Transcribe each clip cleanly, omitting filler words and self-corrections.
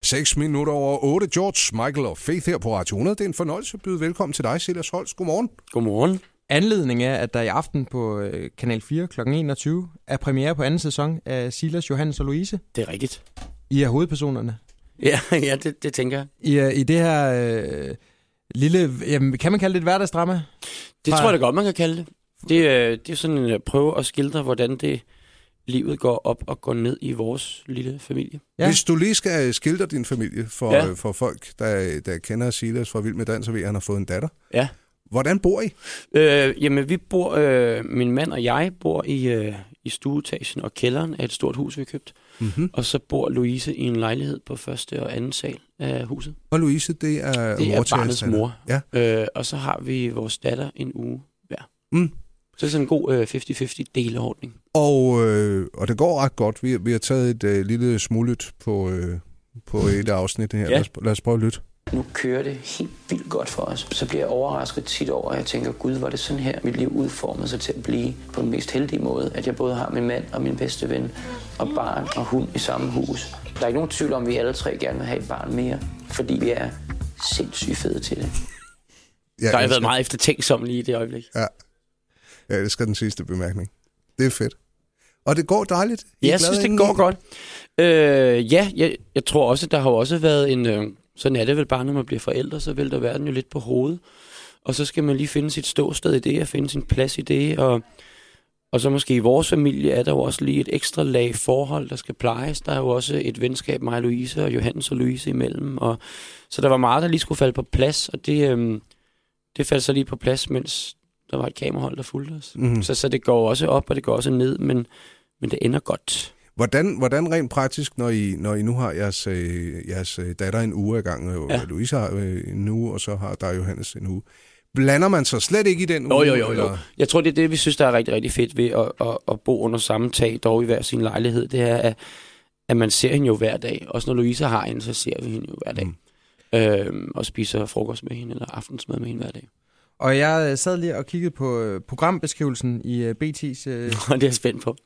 6 minutter over 8. George, Michael og Faith her på Radio 100. Det er en fornøjelse at byde velkommen til dig, Silas Holst. Godmorgen. Godmorgen. Anledning er, at der i aften på Kanal 4 kl. 21 er premiere på anden sæson af Silas, Johannes og Louise. Det er rigtigt. I er hovedpersonerne. Ja, det tænker jeg. I det her lille, jamen, kan man kalde det et hverdagsdrama? Det tror jeg da godt, man kan kalde det. Det er sådan at prøve at skildre, hvordan livet går op og går ned i vores lille familie. Ja. Hvis du lige skal skildre din familie for folk, der kender Silas fra Vild med Dans, og ved, at han har fået en datter. Ja. Hvordan bor I? Jamen, vi bor, min mand og jeg bor i stueetagen og kælderen af et stort hus, vi har købt. Mm-hmm. Og så bor Louise i en lejlighed på første og anden sal af huset. Og Louise, det er barnets mor. Ja. Og så har vi vores datter en uge hver. Mm. Så det er sådan en god 50-50 deleordning. Og det går ret godt. Vi har taget et lille smuglyt på et afsnit her. Ja. Lad os prøve at lytte. Nu kører det helt vildt godt for os. Så bliver jeg overrasket tit over, at jeg tænker, gud, var det sådan her, mit liv udformede sig til at blive på den mest heldige måde. At jeg både har min mand og min bedste ven og barn og hund i samme hus. Der er ikke nogen tvivl om, at vi alle tre gerne vil have et barn mere, fordi vi er sindssygt fede til det. Ja, der har været meget eftertænksom lige i det øjeblik. Ja, jeg elsker den sidste bemærkning. Det er fedt. Og det går dejligt. Ja, jeg synes, det går godt. Jeg tror også, der har også været en... sådan er det vel bare, når man bliver forældre, så vælter verden jo lidt på hovedet. Og så skal man lige finde sit ståsted i det, og finde sin plads i det. Og så måske i vores familie er der jo også lige et ekstra lag forhold, der skal plejes. Der er jo også et venskab, mig og Louise, og Johannes og Louise imellem. Så der var meget, der lige skulle falde på plads, og det faldt så lige på plads, mens der var et kamerahold, der fulgte os. Mm-hmm. Så det går også op, og det går også ned, men det ender godt. Hvordan rent praktisk, når I nu har jeres datter en uge ad gangen, og Louise har en uge, og så har der Johannes en uge. Blander man så slet ikke i den uge? Jo. Jeg tror, det er det, vi synes, der er rigtig, rigtig fedt ved at bo under samme tag, dog i hver sin lejlighed. Det er, at man ser hende jo hver dag. Også når Louise har hende, så ser vi hende jo hver dag. Og spiser frokost med hende, eller aftensmad med hende hver dag. Og jeg sad lige og kiggede på programbeskrivelsen i BT's... det er jeg spændt på.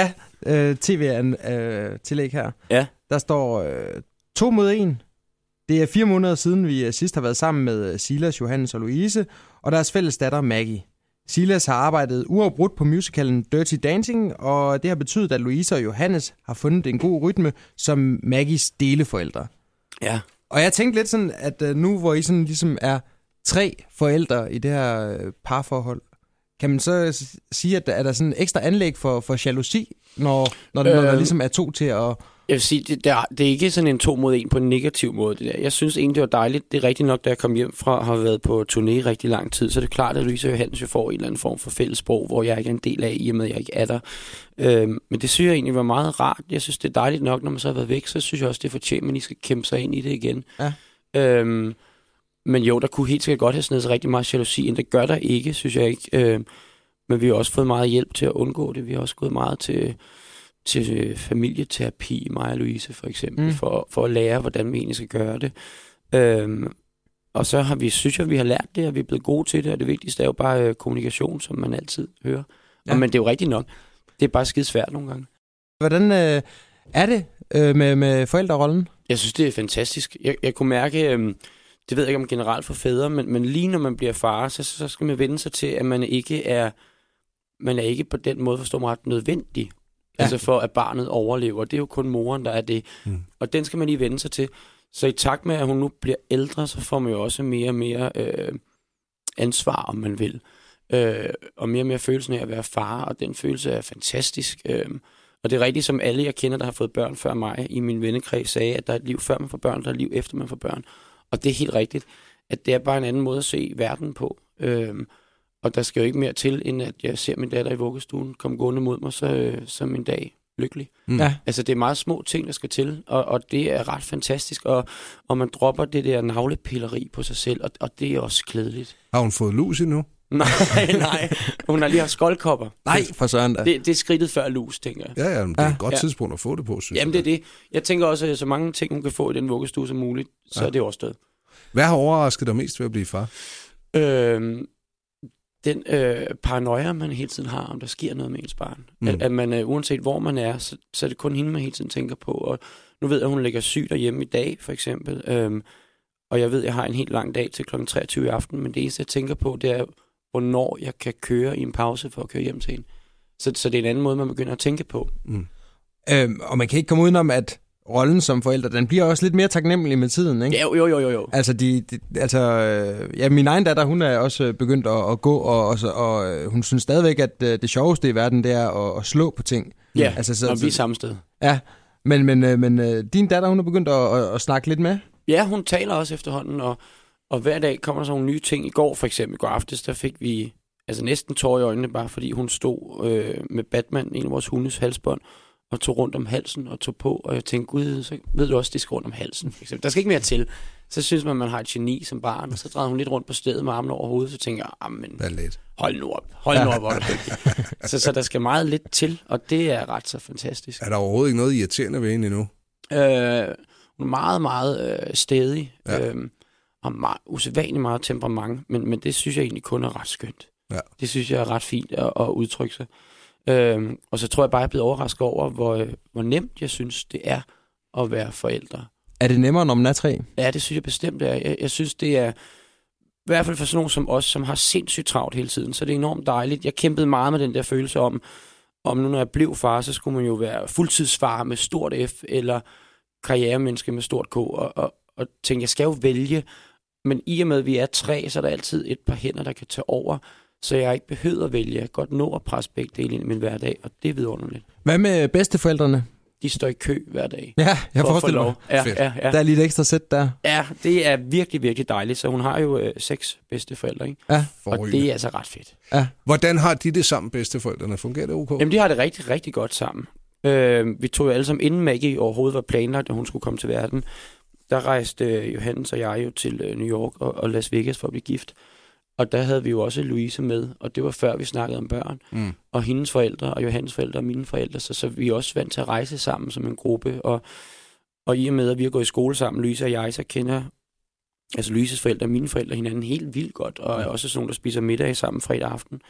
TV-tillæg her. Ja. Der står 2 mod 1. Det er 4 måneder siden, vi sidst har været sammen med Silas, Johannes og Louise, og deres fælles datter Maggie. Silas har arbejdet uafbrudt på musicalen Dirty Dancing, og det har betydet, at Louise og Johannes har fundet en god rytme som Maggies deleforældre. Ja. Og jeg tænkte lidt sådan, at nu hvor I sådan ligesom er 3 forældre i det her parforhold, kan man så sige, at er der sådan ekstra anlæg for jalousi, når der ligesom er 2 til at... Jeg vil sige, det er ikke sådan en 2 mod 1 på en negativ måde. Det der. Jeg synes egentlig, det var dejligt. Det er rigtigt nok, da jeg kom hjem fra har været på turné i rigtig lang tid, så det er klart, at Louise og Johannes får en eller anden form for fælles sprog, hvor jeg ikke er en del af, i og med, at jeg ikke er der. Men det synes jeg egentlig var meget rart. Jeg synes, det er dejligt nok, når man så har været væk, så synes jeg også, det er fortjent, at man lige skal kæmpe sig ind i det igen. Ja. Men jo, der kunne helt sikkert godt have snedet sig rigtig meget jalousi, men det gør der ikke, synes jeg ikke. Men vi har også fået meget hjælp til at undgå det. Vi har også gået meget til familieterapi, mig og Louise for eksempel, for at lære, hvordan vi egentlig skal gøre det. Og så har synes jeg, vi har lært det, og vi er blevet gode til det, og det vigtigste er jo bare kommunikation, som man altid hører. Ja. Men det er jo rigtigt nok. Det er bare skide svært nogle gange. Hvordan er det med forældrerollen? Jeg synes, det er fantastisk. Jeg kunne mærke... det ved jeg ikke om generelt for fædre, men lige når man bliver far, så skal man vende sig til, at man er ikke på den måde, forstår mig ret, nødvendig. Ja. Altså for, at barnet overlever. Det er jo kun moren, der er det. Og den skal man lige vende sig til. Så i takt med, at hun nu bliver ældre, så får man jo også mere og mere ansvar, om man vil. Og mere og mere følelsen af at være far, og den følelse er fantastisk. Og det er rigtigt, som alle jeg kender, der har fået børn før mig, i min vennekreds sagde, at der er et liv før man får børn, der er et liv efter man får børn. Og det er helt rigtigt, at det er bare en anden måde at se verden på. Og der skal jo ikke mere til, end at jeg ser min datter i vuggestuen komme gående mod mig, så min dag lykkelig. Ja. Altså det er meget små ting, der skal til, og det er ret fantastisk. Og man dropper det der navlepilleri på sig selv, og det er også klædeligt. Har hun fået lus endnu? Nej. Hun har lige haft skoldkopper. Nej, for søren da. Det er skridtet før lus, tænker jeg. Ja, men det er et godt tidspunkt at få det på, synes jeg. Jamen det er det. Jeg tænker også, at så mange ting, hun kan få i den vuggestue som muligt, så er det overstået. Hvad har overrasket dig mest ved at blive far? den paranoia, man hele tiden har, om der sker noget med ens barn. At man, uanset hvor man er, så er det kun hende, man hele tiden tænker på. Og nu ved jeg, at hun ligger syg derhjemme i dag, for eksempel. Og jeg ved, at jeg har en helt lang dag til kl. 23 i aften, men det eneste, jeg tænker på, det er, hvornår jeg kan køre i en pause for at køre hjem til hende. Så det er en anden måde, man begynder at tænke på. Og man kan ikke komme udenom, at rollen som forælder, den bliver også lidt mere taknemmelig med tiden, ikke? Jo. Altså, min egen datter, hun er også begyndt at gå, og hun synes stadigvæk, at det sjoveste i verden, det er at slå på ting. Ja, altså, og vi er samme sted. Ja, men din datter, hun er begyndt at snakke lidt med? Ja, hun taler også efterhånden, og hver dag kommer der sådan nogle nye ting. I går aftes, der fik vi næsten tår i øjnene, bare fordi hun stod med Batman, en af vores hundes halsbånd, og tog rundt om halsen og tog på, og jeg tænkte, gud, så ved du også, det skal rundt om halsen. For eksempel. Der skal ikke mere til. Så synes man har et geni som barn, og så drejede hun lidt rundt på stedet med armen over hovedet, så tænker jeg, men hold nu op, hvor er det dygtigt. Så der skal meget lidt til, og det er ret så fantastisk. Er der overhovedet ikke noget irriterende ved hende endnu? Hun er meget, meget stædig, og usædvanligt meget temperament, men det synes jeg egentlig kun er ret skønt. Ja. Det synes jeg er ret fint at udtrykke sig. Og så tror jeg bare, jeg er blevet overrasket over, hvor nemt jeg synes, det er at være forældre. Er det nemmere, når man er 3? Ja, det synes jeg bestemt er. Jeg synes, det er, i hvert fald for sådan nogen som os, som har sindssygt travlt hele tiden, så det er enormt dejligt. Jeg kæmpede meget med den der følelse om nu når jeg blev far, så skulle man jo være fuldtidsfar med stort F, eller karrieremenneske med stort K, og tænkte, jeg skal jo vælge, men i og med, at vi er 3, så er der altid et par hænder, der kan tage over, så jeg ikke behøver at vælge. Jeg kan godt nå at presse begge dele ind i min hverdag, og det er vidunderligt. Hvad med bedsteforældrene? De står i kø hver dag. Ja, jeg forestiller mig. Ja. Der er lige et ekstra sæt der. Ja, det er virkelig, virkelig dejligt. Så hun har jo 6 bedsteforældre, ikke? Ja. Og det er altså ret fedt. Ja. Hvordan har de det sammen, bedsteforældrene? Fungerer det ok? Jamen, de har det rigtig, rigtig godt sammen. Vi tog jo alle sammen, inden Maggie overhovedet var planlagt, at hun skulle komme til verden, der rejste Johannes og jeg jo til New York og Las Vegas for at blive gift. Og der havde vi jo også Louise med, og det var før vi snakkede om børn. Og hendes forældre, og Johannes forældre, og mine forældre, så vi er også vant til at rejse sammen som en gruppe. Og i og med, at vi har gået i skole sammen, Louise og jeg, så kender Louises forældre og mine forældre hinanden helt vildt godt, og er også sådan nogle, der spiser middag sammen fredag aften.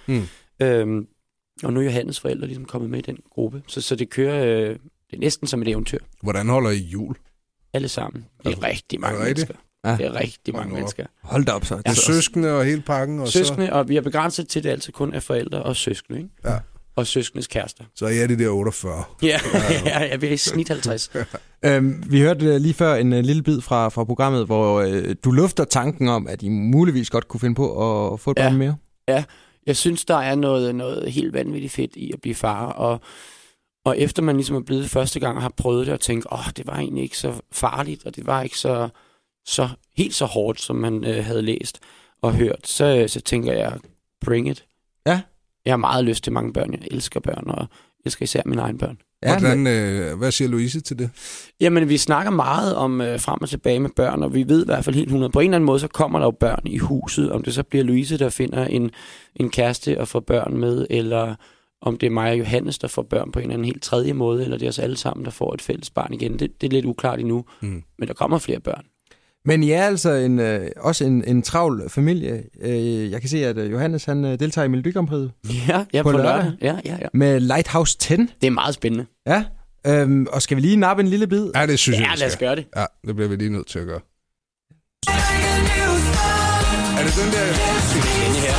Og nu er Johannes forældre ligesom kommet med i den gruppe. Så det kører, det er næsten som et eventyr. Hvordan holder I jul? Alle sammen. Det er rigtig mange mennesker. Ja. Det er rigtig mange mennesker. Hold da op så. Det er søskende og hele pakken. Og søskende, og vi har begrænset til, det altid kun er forældre og søskende, ikke? Ja. Og søskendes kærester. Så er det der 48. Ja, vi er i snit 50. Vi hørte lige før en lille bid fra programmet, hvor du lufter tanken om, at I muligvis godt kunne finde på at få et barn mere. Ja, jeg synes, der er noget helt vanvittigt fedt i at blive far, og efter man ligesom er blevet første gang og har prøvet det og tænkt, det var egentlig ikke så farligt, og det var ikke så helt så hårdt, som man havde læst og hørt, så tænker jeg, bring it. Ja. Jeg har meget lyst til mange børn. Jeg elsker børn, og jeg elsker især mine egne børn. Ja, hvad siger Louise til det? Jamen, vi snakker meget om frem og tilbage med børn, og vi ved i hvert fald helt 100. På en eller anden måde, så kommer der jo børn i huset. Om det så bliver Louise, der finder en kæreste og får børn med, eller om det er mig og Johannes, der får børn på en eller anden helt tredje måde, eller det er os alle sammen, der får et fælles barn igen. Det er lidt uklart endnu, men der kommer flere børn. Men I er altså også en travl familie. Jeg kan se, at Johannes han deltager i Melodi Grand Prix. Ja, på lørdag. Ja. Med Lighthouse 10. Det er meget spændende. Ja, og skal vi lige nappe en lille bid? Ja, det synes jeg, lad os gøre det. Ja, det bliver vi lige nødt til at gøre. Er det den der? Den her.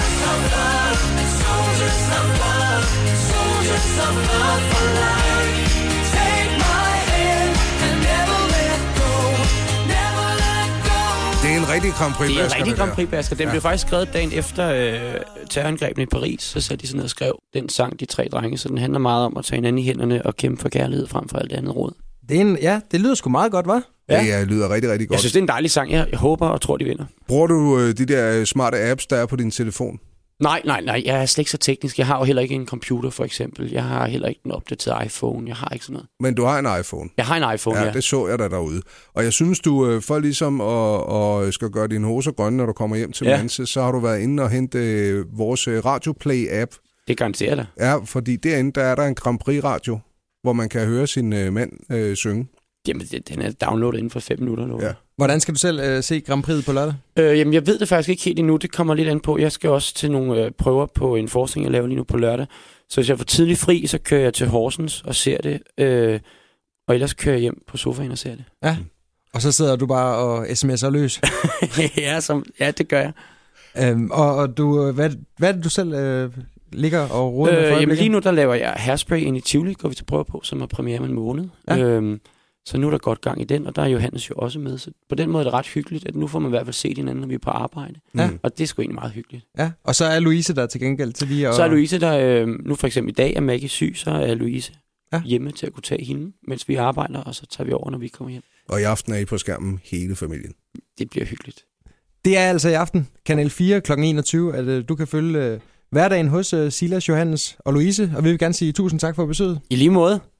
Det er en rigtig Grand Prix-basker. Det er en rigtig Grand Prix-basker. Den blev faktisk skrevet dagen efter terrorangrebene i Paris. Så satte de sig ned og skrev den sang, De tre drenge. Så den handler meget om at tage hinanden i hænderne og kæmpe for kærlighed frem for alt andet råd. Det lyder sgu meget godt, hva'? Ja, det lyder rigtig, rigtig godt. Jeg synes, det er en dejlig sang. Jeg håber og tror, de vinder. Bruger du de der smarte apps, der er på din telefon? Nej. Jeg er slet ikke så teknisk. Jeg har jo heller ikke en computer, for eksempel. Jeg har heller ikke en opdateret iPhone. Jeg har ikke sådan noget. Men du har en iPhone? Jeg har en iPhone, ja. Det så jeg da derude. Og jeg synes, du for ligesom at skal gøre dine hoser grønne, når du kommer hjem til Manse, så har du været inde og hente vores Radioplay-app. Det garanterer dig. Ja, fordi derinde, der er der en Grand Prix-radio, hvor man kan høre sin mand synge. Jamen, den er downloadet inden for 5 minutter. Ja. Hvordan skal du selv se Grand Prix på lørdag? Jamen, jeg ved det faktisk ikke helt endnu. Det kommer lidt an på. Jeg skal også til nogle prøver på en forskning, jeg laver lige nu på lørdag. Så hvis jeg får tidlig fri, så kører jeg til Horsens og ser det. Og ellers kører jeg hjem på sofaen og ser det. Ja, og så sidder du bare og sms'er løs. Ja, det gør jeg. Og du, hvad er det, du selv ligger og roder med for jamen lige nu, der laver jeg Hairspray ind i Tivoli, går vi til prøve på, som er premiere om en måned. Ja. Så nu er der godt gang i den, og der er Johannes jo også med. Så på den måde er det ret hyggeligt, at nu får man i hvert fald set hinanden, når vi er på arbejde. Ja. Og det er sgu egentlig meget hyggeligt. Ja, og så er Louise der til gengæld til lige at... Så er Louise der, nu for eksempel i dag er Maggie syg, så er Louise hjemme til at kunne tage hende, mens vi arbejder, og så tager vi over, når vi kommer hjem. Og i aften er I på skærmen hele familien. Det bliver hyggeligt. Det er altså i aften, Kanal 4 kl. 21, at du kan følge hverdagen hos Silas, Johannes og Louise, og vi vil gerne sige tusind tak for besøget. I lige måde.